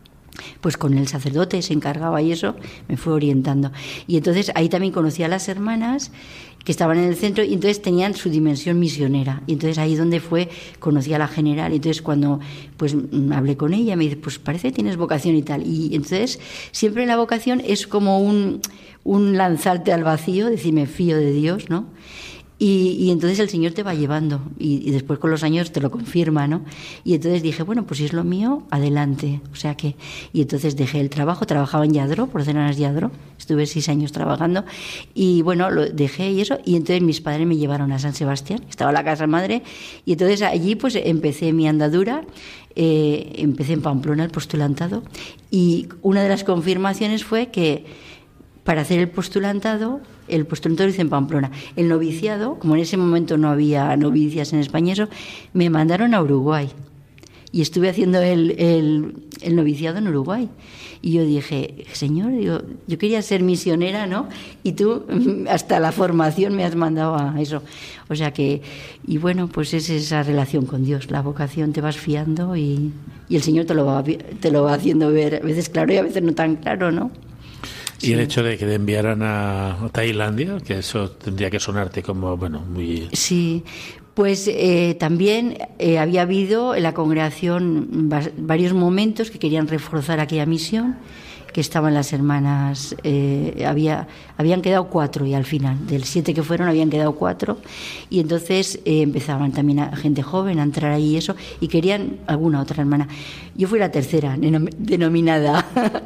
S4: Pues con el sacerdote se encargaba y eso me fue orientando. Y entonces ahí también conocí a las hermanas que estaban en el centro, y entonces tenían su dimensión misionera, y entonces ahí donde fue conocí a la general, y entonces cuando pues hablé con ella me dice, pues parece que tienes vocación y tal, y entonces siempre la vocación es como un, un lanzarte al vacío, decir me fío de Dios, ¿no? Y, y entonces el Señor te va llevando y, y después con los años te lo confirma, ¿no? Y entonces dije, bueno, pues si es lo mío, adelante. O sea que... Y entonces dejé el trabajo, trabajaba en Lladró, Porcelanas Lladró, estuve seis años trabajando y bueno, lo dejé y eso, y entonces mis padres me llevaron a San Sebastián, estaba la casa madre, y entonces allí pues empecé mi andadura. Eh, empecé en Pamplona el postulantado y una de las confirmaciones fue que para hacer el postulantado, el postulantado lo hice en Pamplona. El noviciado, como en ese momento no había novicias en España, eso, me mandaron a Uruguay. Y estuve haciendo el, el, el noviciado en Uruguay. Y yo dije, Señor, digo, yo quería ser misionera, ¿no? Y tú hasta la formación me has mandado a eso. O sea que, y bueno, pues es esa relación con Dios. La vocación te vas fiando y, y el Señor te lo va, te lo va haciendo ver, a veces claro y a veces no tan claro, ¿no?
S3: Y sí. El hecho de que te enviaran a Tailandia, que eso tendría que sonarte como, bueno, muy...
S4: Sí, pues eh, también eh, había habido en la congregación varios momentos que querían reforzar aquella misión, que estaban las hermanas, eh, había habían quedado cuatro y al final, del siete que fueron habían quedado cuatro, y entonces eh, empezaban también a gente joven a entrar ahí y eso, y querían alguna otra hermana. Yo fui la tercera denominada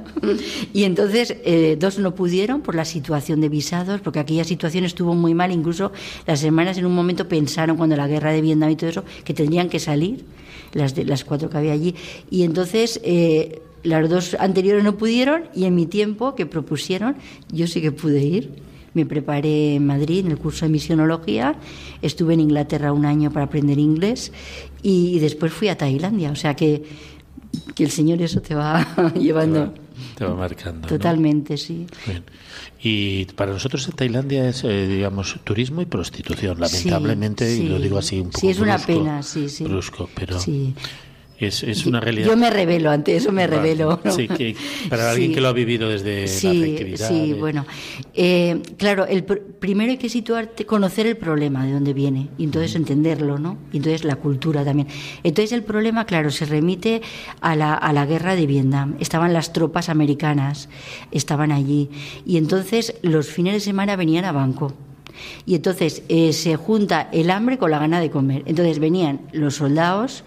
S4: y entonces eh, dos no pudieron por la situación de visados, porque aquella situación estuvo muy mal, incluso las hermanas en un momento pensaron cuando la guerra de Vietnam y todo eso que tendrían que salir, las de las cuatro que había allí, y entonces eh, las dos anteriores no pudieron y en mi tiempo que propusieron yo sí que pude ir. Me preparé en Madrid en el curso de misionología, estuve en Inglaterra un año para aprender inglés y después fui a Tailandia. O sea que, que el Señor eso te va llevando.
S3: Te va, te va marcando.
S4: Totalmente,
S3: ¿no?
S4: Sí.
S3: Bien. Y para nosotros en Tailandia es, eh, digamos, turismo y prostitución, lamentablemente,
S4: sí, sí.
S3: Y lo digo así un poco
S4: sí, es
S3: brusco,
S4: una pena, sí, sí.
S3: brusco, pero...
S4: Sí.
S3: Es, es una realidad.
S4: Yo me revelo ante eso, me revelo. ¿no?
S3: Sí, que para alguien
S4: sí.
S3: que lo ha vivido desde
S4: sí,
S3: la afectividad.
S4: Sí,
S3: de...
S4: bueno. Eh, claro, el pr- primero hay que situarte, conocer el problema de dónde viene y entonces uh-huh. entenderlo, ¿no? Y entonces la cultura también. Entonces el problema, claro, se remite a la, a la guerra de Vietnam. Estaban las tropas americanas, estaban allí. Y entonces los fines de semana venían a Bangkok. Y entonces eh, se junta el hambre con la gana de comer. Entonces venían los soldados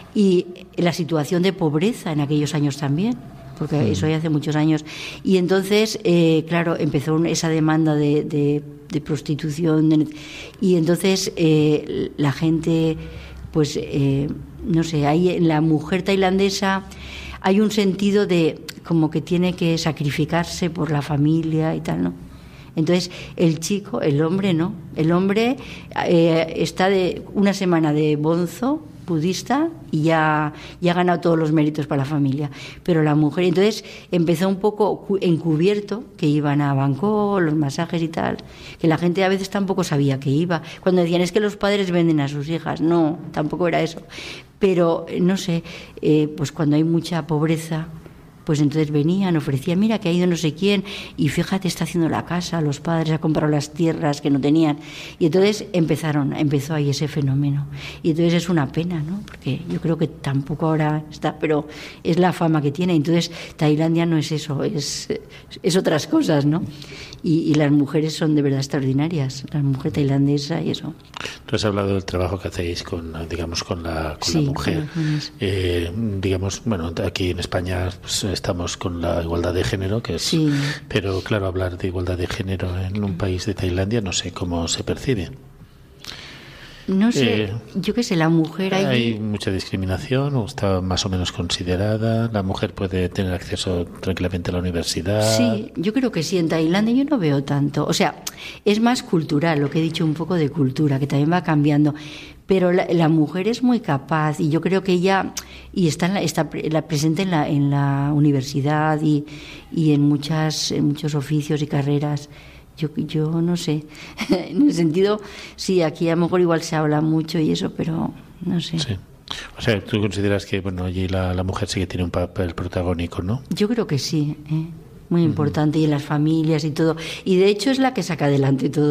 S4: y la situación de pobreza en aquellos años también, porque sí. eso ya hace muchos años. Y entonces, eh, claro, empezó esa demanda de, de, de prostitución. De, y entonces eh, la gente, pues, eh, no sé, ahí en la mujer tailandesa hay un sentido de como que tiene que sacrificarse por la familia y tal, ¿no? Entonces el chico, el hombre no, el hombre eh, está de una semana de bonzo budista y ya, ya ha ganado todos los méritos para la familia, pero la mujer, entonces empezó un poco encubierto, que iban a Bangkok, los masajes y tal, que la gente a veces tampoco sabía que iba, cuando decían es que los padres venden a sus hijas, no, tampoco era eso, pero no sé, eh, pues cuando hay mucha pobreza, pues entonces venían, ofrecían, mira que ha ido no sé quién y fíjate, está haciendo la casa, los padres han comprado las tierras que no tenían, y entonces empezaron, empezó ahí ese fenómeno, y entonces es una pena, ¿no? Porque yo creo que tampoco ahora está, pero es la fama que tiene, entonces Tailandia no es eso, es, es otras cosas, ¿no? Y, y las mujeres son de verdad extraordinarias, la mujer tailandesa y eso.
S3: Tú has hablado del trabajo que hacéis con, digamos, con la, con
S4: sí,
S3: la mujer. Eh, digamos, bueno, aquí en España pues, estamos con la igualdad de género, que es,
S4: sí.
S3: pero claro, hablar de igualdad de género en un país de Tailandia no sé cómo se percibe.
S4: No sé,
S3: eh,
S4: yo qué sé, la mujer ahí...
S3: Hay mucha discriminación, o está más o menos considerada, la mujer puede tener acceso tranquilamente a la universidad.
S4: Sí, yo creo que sí, en Tailandia yo no veo tanto, o sea, es más cultural, lo que he dicho, un poco de cultura, que también va cambiando, pero la, la mujer es muy capaz y yo creo que ella y está, en la, está la presente en la, en la universidad y, y en, muchas, en muchos oficios y carreras. Yo, yo no sé, en el sentido, sí, aquí a lo mejor igual se habla mucho y eso, pero no sé.
S3: Sí. O sea, tú consideras que bueno allí la, la mujer sí que tiene un papel protagónico, ¿no?
S4: Yo creo que sí, ¿eh? Muy importante, uh-huh. y en las familias y todo. Y de hecho es la que saca adelante todo.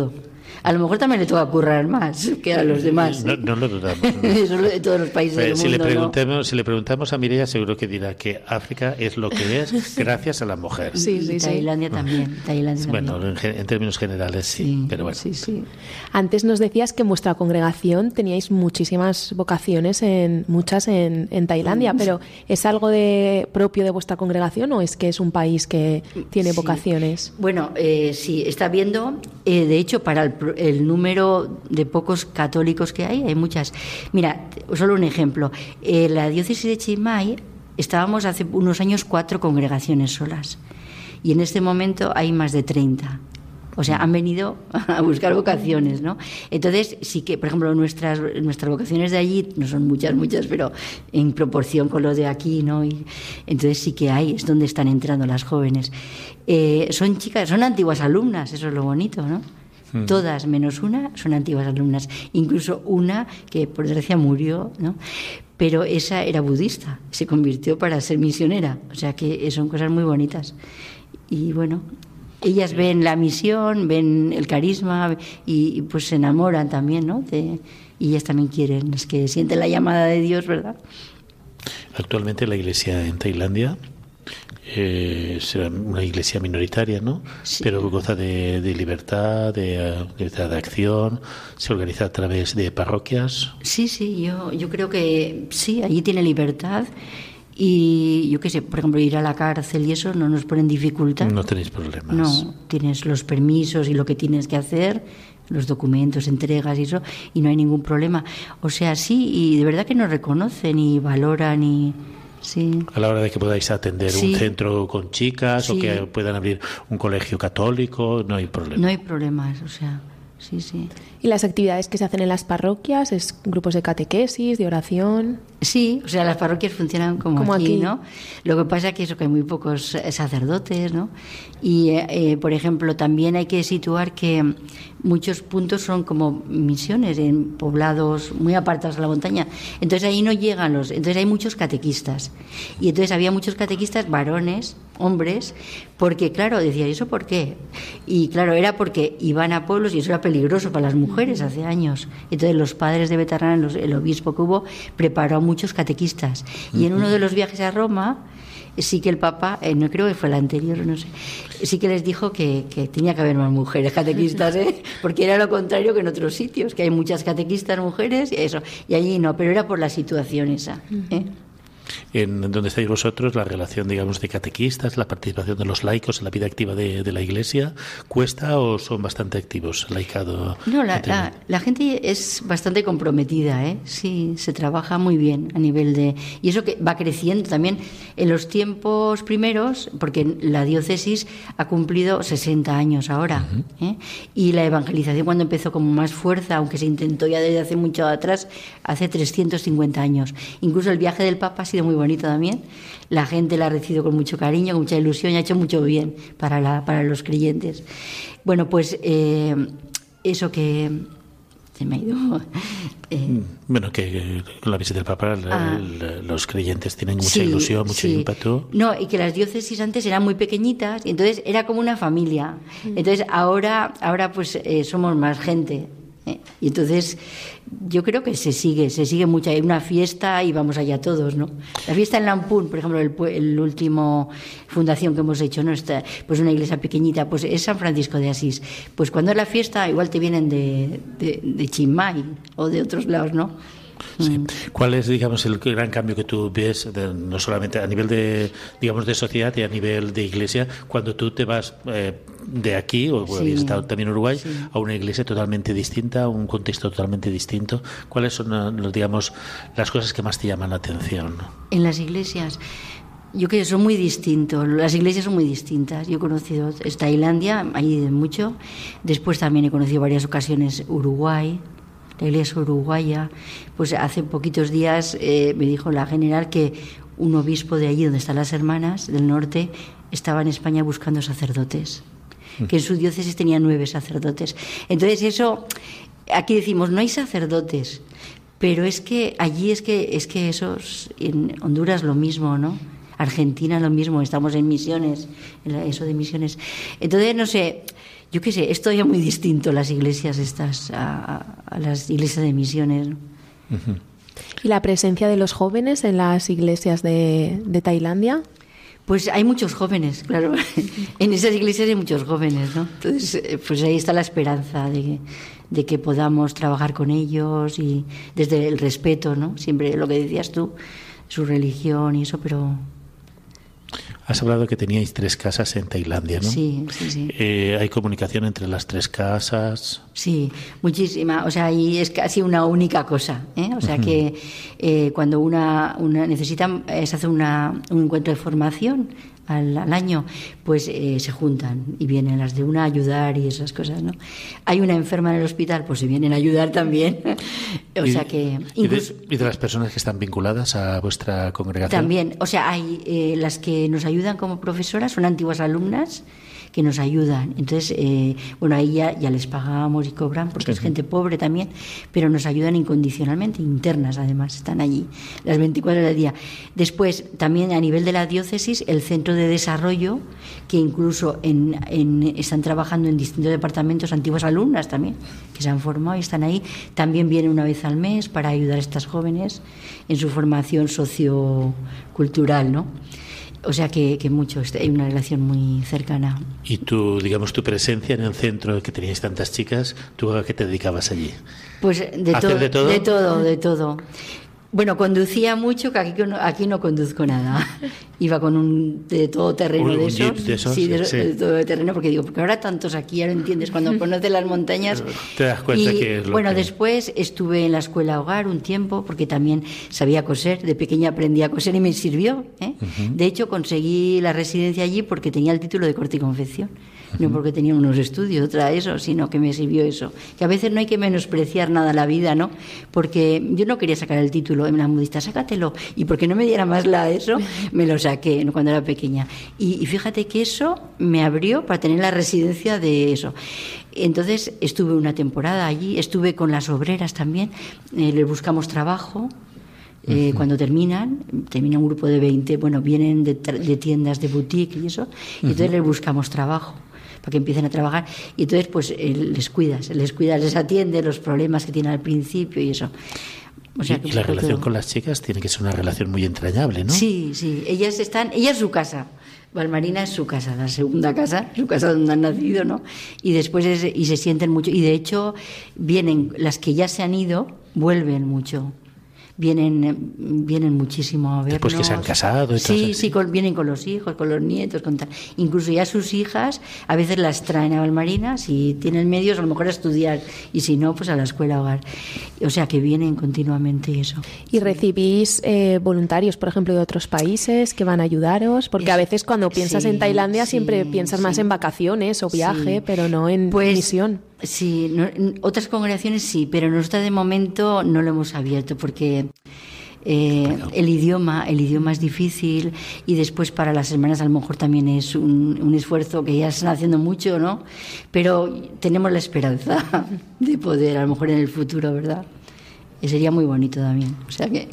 S4: A lo mejor también le toca currar más que a los demás.
S3: No, no lo dudamos. No.
S4: Eso de todos los países
S3: Pero
S4: del
S3: si
S4: mundo.
S3: Le preguntemos,
S4: ¿no?
S3: Si le preguntamos a Mireia, seguro que dirá que África es lo que es gracias a la mujer.
S2: Sí, sí,
S4: y Tailandia
S2: sí.
S4: también. Tailandia
S3: Bueno,
S4: también.
S3: en, en términos generales sí,
S4: Sí,
S3: pero bueno.
S4: sí, sí.
S2: Antes nos decías que en vuestra congregación teníais muchísimas vocaciones, en muchas en, en Tailandia, pero ¿es algo de propio de vuestra congregación o es que es un país que tiene
S4: Sí.
S2: vocaciones?
S4: Bueno, eh, sí, está viendo, eh, de hecho, para el, el número de pocos católicos que hay, hay muchas. Mira, solo un ejemplo. En la diócesis de Chiang Mai estábamos hace unos años cuatro congregaciones solas y en este momento hay más de treinta. O sea, han venido a buscar vocaciones, ¿no? Entonces, sí que, por ejemplo, nuestras nuestras vocaciones de allí no son muchas, muchas, pero en proporción con lo de aquí, ¿no? Y entonces sí que hay, es donde están entrando las jóvenes. Eh, son chicas, son antiguas alumnas, eso es lo bonito, ¿no? Mm. Todas, menos una, son antiguas alumnas. Incluso una que, por desgracia, murió, ¿no? Pero esa era budista, se convirtió para ser misionera. O sea que son cosas muy bonitas. Y bueno, ellas ven la misión, ven el carisma y, y pues se enamoran también, ¿no? De, y ellas también quieren, es que sienten la llamada de Dios, ¿verdad?
S3: Actualmente la iglesia en Tailandia eh, es una iglesia minoritaria, ¿no?
S4: Sí.
S3: Pero goza de, de libertad, de libertad de acción, se organiza a través de parroquias.
S4: Sí, sí, yo, yo creo que sí, allí tiene libertad. Y yo qué sé, por ejemplo, ir a la cárcel y eso no nos pone en dificultad.
S3: No tenéis problemas.
S4: No, tienes los permisos y lo que tienes que hacer, los documentos, entregas y eso, y no hay ningún problema. O sea, sí, y de verdad que nos reconocen y valoran y... Sí.
S3: A la hora de que podáis atender
S4: Sí.
S3: un centro con chicas
S4: Sí.
S3: o que puedan abrir un colegio católico, no hay problema.
S4: No hay problemas, o sea, sí, sí.
S2: ¿Y las actividades que se hacen en las parroquias? ¿Es grupos de catequesis, de oración?
S4: Sí, o sea, las parroquias funcionan como,
S2: Como
S4: aquí,
S2: aquí.
S4: ¿no? Lo que pasa es que eso, que hay muy pocos sacerdotes, ¿no? Y, eh, por ejemplo, también hay que situar que muchos puntos son como misiones en poblados muy apartados de la montaña. Entonces ahí no llegan los... Entonces hay muchos catequistas. Y entonces había muchos catequistas varones, hombres, porque, claro, decía, ¿y eso por qué? Y, claro, era porque iban a pueblos y eso era peligroso para las mujeres hace años. Entonces los padres de Betarrán, los, el obispo que hubo, preparó a muchos catequistas. Y en uno de los viajes a Roma, sí que el Papa, eh, no creo que fue el anterior, no sé, sí que les dijo que, que tenía que haber más mujeres catequistas, ¿eh? Porque era lo contrario que en otros sitios, que hay muchas catequistas mujeres y eso, y allí no, pero era por la situación esa, ¿eh?
S3: En donde estáis vosotros, la relación, digamos, de catequistas, la participación de los laicos en la vida activa de, de la Iglesia, ¿cuesta o son bastante activos, laicado?
S4: No, la, la, la gente es bastante comprometida, ¿eh? Sí, se trabaja muy bien a nivel de... Y eso que va creciendo también en los tiempos primeros, porque la diócesis ha cumplido sesenta años ahora, uh-huh. ¿eh? Y la evangelización cuando empezó con más fuerza, aunque se intentó ya desde hace mucho atrás, hace trescientos cincuenta años. Incluso el viaje del Papa ha sido muy bonito también. La gente la ha recibido con mucho cariño, con mucha ilusión y ha hecho mucho bien para, la, para los creyentes. Bueno, pues eh, eso que... Se me ha ido... Eh,
S3: bueno, que con la visita del Papa
S4: ah,
S3: la, los creyentes tienen mucha
S4: sí,
S3: ilusión, mucho
S4: sí.
S3: ímpetu.
S4: No, y que las diócesis antes eran muy pequeñitas y entonces era como una familia. Entonces ahora, ahora pues eh, somos más gente. ¿eh? Y entonces yo creo que se sigue, se sigue mucho. Hay una fiesta y vamos allá todos, ¿no? La fiesta en Lampún, por ejemplo, el, el último fundación que hemos hecho, ¿no? Está, pues una iglesia pequeñita, pues es San Francisco de Asís. Pues cuando es la fiesta, igual te vienen de, de, de Chiang Mai o de otros lados, ¿no?
S3: Sí. ¿Cuál es, digamos, el gran cambio que tú ves, de, no solamente a nivel de, digamos, de sociedad y a nivel de iglesia, cuando tú te vas eh, de aquí, o bueno, sí. habías estado también en Uruguay, sí. a una iglesia totalmente distinta, a un contexto totalmente distinto? ¿Cuáles son, digamos, las cosas que más te llaman la atención?
S4: En las iglesias, yo creo que son muy distintos. Las iglesias son muy distintas. Yo he conocido Tailandia, allí mucho. Después también he conocido varias ocasiones Uruguay, la iglesia uruguaya. Pues hace poquitos días eh, me dijo la general que un obispo de allí donde están las hermanas del norte estaba en España buscando sacerdotes, que en su diócesis tenía nueve sacerdotes. Entonces eso, aquí decimos no hay sacerdotes, pero es que allí es que es que esos, en Honduras lo mismo, ¿no? Argentina lo mismo, estamos en misiones, en eso de misiones. Entonces no sé, yo qué sé, es todavía muy distinto las iglesias estas a, a las iglesias de misiones, ¿no?
S3: Uh-huh.
S2: ¿Y la presencia de los jóvenes en las iglesias de, de Tailandia?
S4: Pues hay muchos jóvenes, claro. En esas iglesias hay muchos jóvenes, ¿no? Entonces, pues ahí está la esperanza de, de que podamos trabajar con ellos y desde el respeto, ¿no? Siempre lo que decías tú, su religión y eso, pero...
S3: Has hablado que teníais tres casas en Tailandia, ¿no?
S4: Sí, sí, sí.
S3: Eh, ¿Hay comunicación entre las tres casas?
S4: Sí, muchísima. O sea, ahí es casi una única cosa, ¿eh? O sea, uh-huh. que eh, cuando una, una necesita, eh, se hace una, un encuentro de formación al, al año, pues eh, se juntan y vienen las de una a ayudar y esas cosas, ¿no? Hay una enferma en el hospital, pues se vienen a ayudar también. O
S3: y,
S4: sea que...
S3: Incluso, ¿Y, de, ¿Y de las personas que están vinculadas a vuestra congregación?
S4: También, o sea, hay eh, las que nos ayudan como profesoras, son antiguas alumnas que nos ayudan. Entonces, eh, bueno, ahí ya, ya les pagamos y cobran, porque sí, es gente pobre también, pero nos ayudan incondicionalmente, internas además, están allí las veinticuatro horas del día. Después, también a nivel de la diócesis, el centro de desarrollo, que incluso en, en, están trabajando en distintos departamentos, antiguas alumnas también, que se han formado y están ahí, también vienen una vez al mes para ayudar a estas jóvenes en su formación sociocultural, ¿no? O sea que, que mucho, hay una relación muy cercana.
S3: Y tú, digamos, tu presencia en el centro, que teníais tantas chicas, ¿tú a qué te dedicabas allí?
S4: Pues de, to- de todo, de todo, de todo. Bueno, conducía mucho, que aquí no, aquí no conduzco nada. Iba con un de todo terreno de esos.
S3: De esos
S4: sí, de,
S3: sí.
S4: de todo de terreno, porque digo, porque ahora tantos aquí, ya lo entiendes, cuando conoces las montañas.
S3: Te das cuenta
S4: y,
S3: que es lo
S4: bueno,
S3: que...
S4: después estuve en la escuela hogar un tiempo, porque también sabía coser, de pequeña aprendí a coser y me sirvió, ¿eh? Uh-huh. De hecho, conseguí la residencia allí porque tenía el título de corte y confección. No porque tenía unos estudios, otra eso, sino que me sirvió eso. Que a veces no hay que menospreciar nada la vida, ¿no? Porque yo no quería sacar el título en la modista, sácatelo. Y porque no me diera más la eso, me lo saqué, ¿no? Cuando era pequeña. Y, y fíjate que eso me abrió para tener la residencia de eso. Entonces estuve una temporada allí, estuve con las obreras también, eh, les buscamos trabajo. Eh, uh-huh. Cuando terminan, termina un grupo de veinte, bueno, vienen de, de tiendas de boutique y eso, y uh-huh. entonces les buscamos trabajo para que empiecen a trabajar y entonces pues eh, les cuidas, les cuidas, les atiendes los problemas que tienen al principio y eso. O sea,
S3: y, y la relación todo. Con las chicas tiene que ser una relación muy entrañable, ¿no?
S4: Sí, sí, ellas están, ella es su casa. Valmarina es su casa, la segunda casa, su casa donde han nacido, ¿no? Y después es, y se sienten mucho, y de hecho vienen, las que ya se han ido, vuelven mucho. Vienen, vienen muchísimo a vernos.
S3: Después que se han casado. Y
S4: sí,
S3: todo
S4: sí, con, vienen con los hijos, con los nietos, con tal. Incluso ya sus hijas a veces las traen a Valmarina, si tienen medios a lo mejor a estudiar y si no, pues a la escuela hogar. O sea que vienen continuamente y eso.
S2: ¿Y recibís eh, voluntarios, por ejemplo, de otros países que van a ayudaros? Porque es, a veces cuando piensas sí, en Tailandia sí, siempre piensas sí. más en vacaciones o viaje, sí. pero no en
S4: pues,
S2: misión.
S4: Sí, no, otras congregaciones sí, pero nosotros de momento no lo hemos abierto porque eh, el idioma el idioma es difícil y después para las hermanas a lo mejor también es un, un esfuerzo que ya están haciendo mucho, ¿no? Pero tenemos la esperanza de poder, a lo mejor en el futuro, ¿verdad? Y sería muy bonito también, o sea que...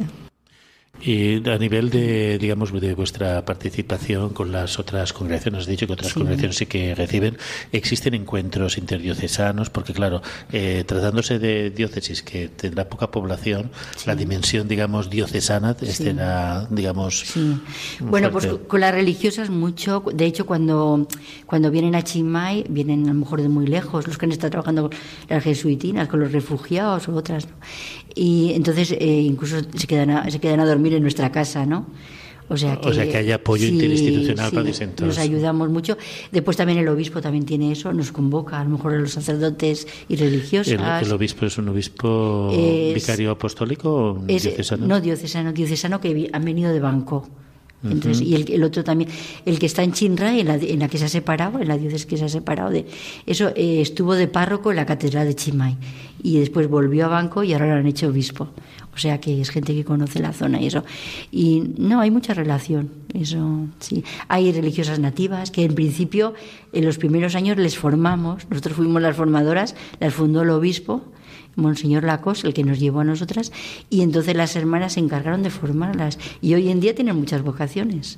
S3: Y a nivel de, digamos, de vuestra participación con las otras congregaciones, has dicho que otras sí. congregaciones sí que reciben, ¿existen encuentros interdiocesanos? Porque claro, eh, tratándose de diócesis que tendrá poca población, sí. la dimensión, digamos, diocesana sí. estará, digamos...
S4: Sí. Bueno, pues con las religiosas mucho, de hecho cuando, cuando vienen a Chiang Mai, vienen a lo mejor de muy lejos, los que han estado trabajando con las jesuitinas, con los refugiados o otras, ¿no? Y entonces eh, incluso se quedan a, se quedan a dormir en nuestra casa, ¿no? O sea que,
S3: o sea que hay apoyo
S4: sí,
S3: interinstitucional
S4: sí,
S3: para distintos.
S4: Nos ayudamos mucho. Después también el obispo también tiene eso, nos convoca a lo mejor a los sacerdotes y religiosas.
S3: ¿El, el obispo es un obispo es, vicario apostólico o
S4: es,
S3: diocesano?
S4: No, diocesano, diocesano que han venido de Bangkok. Entonces, uh-huh. y el, el otro también, el que está en Chiang Rai, en la, en la que se ha separado, en la diócesis que se ha separado de eso, eh, estuvo de párroco en la catedral de Chiang Mai y después volvió a Bangkok y ahora lo han hecho obispo. O sea que es gente que conoce la zona y eso. Y no, hay mucha relación, eso sí. Hay religiosas nativas que en principio en los primeros años les formamos, nosotros fuimos las formadoras, las fundó el obispo, Monseñor Lacos, el que nos llevó a nosotras, y entonces las hermanas se encargaron de formarlas. Y hoy en día tienen muchas vocaciones.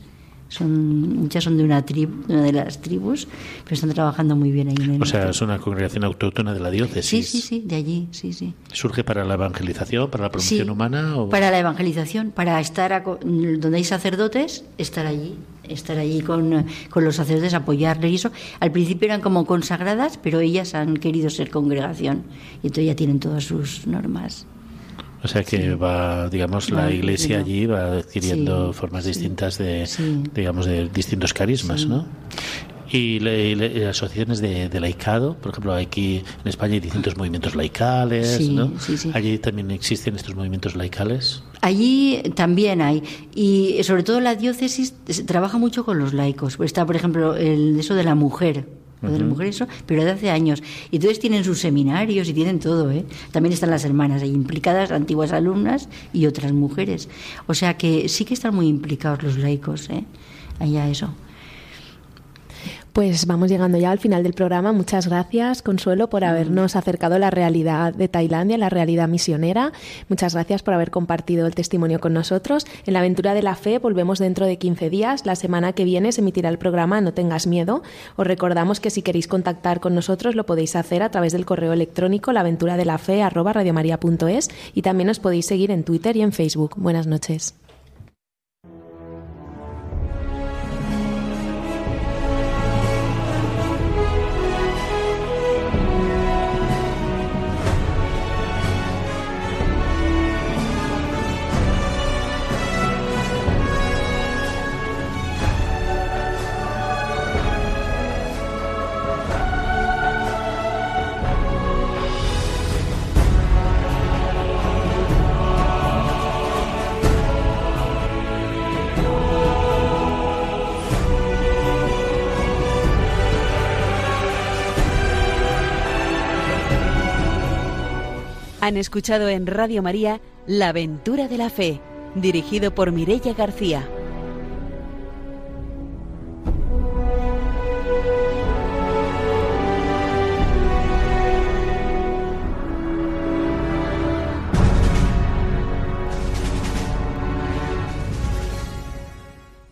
S4: Son, muchas son de una tribu, una de las tribus, pero están trabajando muy bien ahí en el
S3: O sea,
S4: norte.
S3: es una congregación autóctona de la diócesis.
S4: Sí, sí, sí, de allí, sí, sí.
S3: ¿Surge para la evangelización, para la promoción
S4: Sí,
S3: humana? O...
S4: para la evangelización, para estar a, donde hay sacerdotes, estar allí, estar allí con, con los sacerdotes, apoyarles y eso. Al principio eran como consagradas, pero ellas han querido ser congregación y entonces ya tienen todas sus normas.
S3: O sea que
S4: Sí.
S3: va, digamos, la
S4: Va
S3: iglesia
S4: adquiriendo.
S3: allí va adquiriendo
S4: Sí,
S3: formas
S4: sí,
S3: distintas de,
S4: sí.
S3: digamos, de distintos carismas,
S4: Sí.
S3: ¿no? Y le- le- asociaciones de, de laicado, por ejemplo, aquí en España hay distintos movimientos laicales,
S4: Sí,
S3: ¿no?
S4: sí, sí.
S3: Allí también existen estos movimientos laicales.
S4: Allí también hay, y sobre todo la diócesis se trabaja mucho con los laicos. Pues está, por ejemplo, el eso de la mujer, lo de la mujer eso, pero de hace años. Y entonces tienen sus seminarios y tienen todo, ¿eh? También están las hermanas ahí implicadas, antiguas alumnas y otras mujeres. O sea que sí que están muy implicados los laicos, ¿eh? Allá eso.
S2: Pues vamos llegando ya al final del programa. Muchas gracias, Consuelo, por habernos acercado a la realidad de Tailandia, la realidad misionera. Muchas gracias por haber compartido el testimonio con nosotros. En la aventura de la fe volvemos dentro de quince días. La semana que viene se emitirá el programa No tengas miedo. Os recordamos que si queréis contactar con nosotros lo podéis hacer a través del correo electrónico laventuradelafe arroba radiomaria punto es y también os podéis seguir en Twitter y en Facebook. Buenas noches.
S1: Han escuchado en Radio María La aventura de la fe, dirigido por Mireia García.